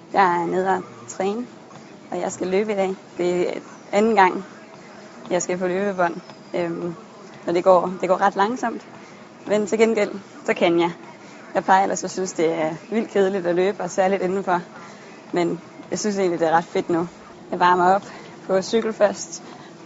Jeg er nede og træne, og jeg skal løbe i dag. Det er anden gang, jeg skal på løbebånd. Og det går ret langsomt. Men til gengæld, så kan jeg. Jeg plejer ellers at synes, det er vildt kedeligt at løbe, og særligt indenfor. Men jeg synes egentlig, det er ret fedt nu. Jeg varmer op på cykel først,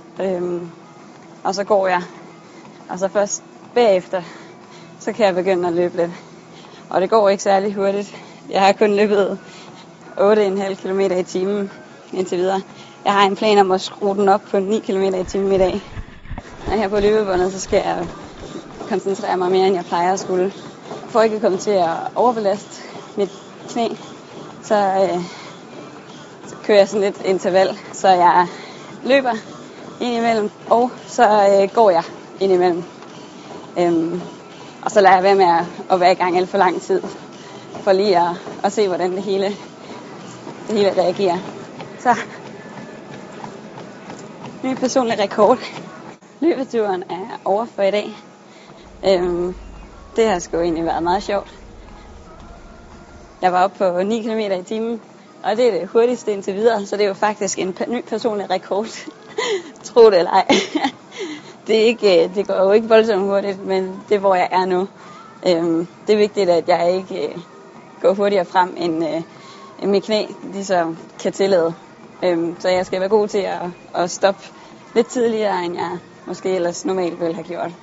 og så går jeg. Og så først bagefter, så kan jeg begynde at løbe lidt. Og det går ikke særlig hurtigt. Jeg har kun løbet 8,5 km i timen indtil videre. Jeg har en plan om at skrue den op på 9 km i timen i dag. Når jeg er på løbebåndet, så skal jeg koncentrere mig mere, end jeg plejer at skulle. For ikke at komme til at overbelaste mit knæ, så kører jeg sådan lidt interval, så jeg løber indimellem, og så går jeg indimellem. Og så lader jeg være med at være i gang alt for lang tid, for lige at se, hvordan det hele reagerer. Så, ny personlig rekord. Løbeturen er over for i dag. Det har sgu egentlig været meget sjovt. Jeg var oppe på 9 km i timen, og det er det hurtigste indtil videre, så det er jo faktisk en ny personlig rekord. Tro det eller ej. Det går jo ikke voldsomt hurtigt, men det er, hvor jeg er nu. Det er vigtigt, at jeg ikke går hurtigere frem, end mit knæ ligesom kan tillade. Så jeg skal være god til at stoppe lidt tidligere, end jeg måske ellers normalt ville have gjort.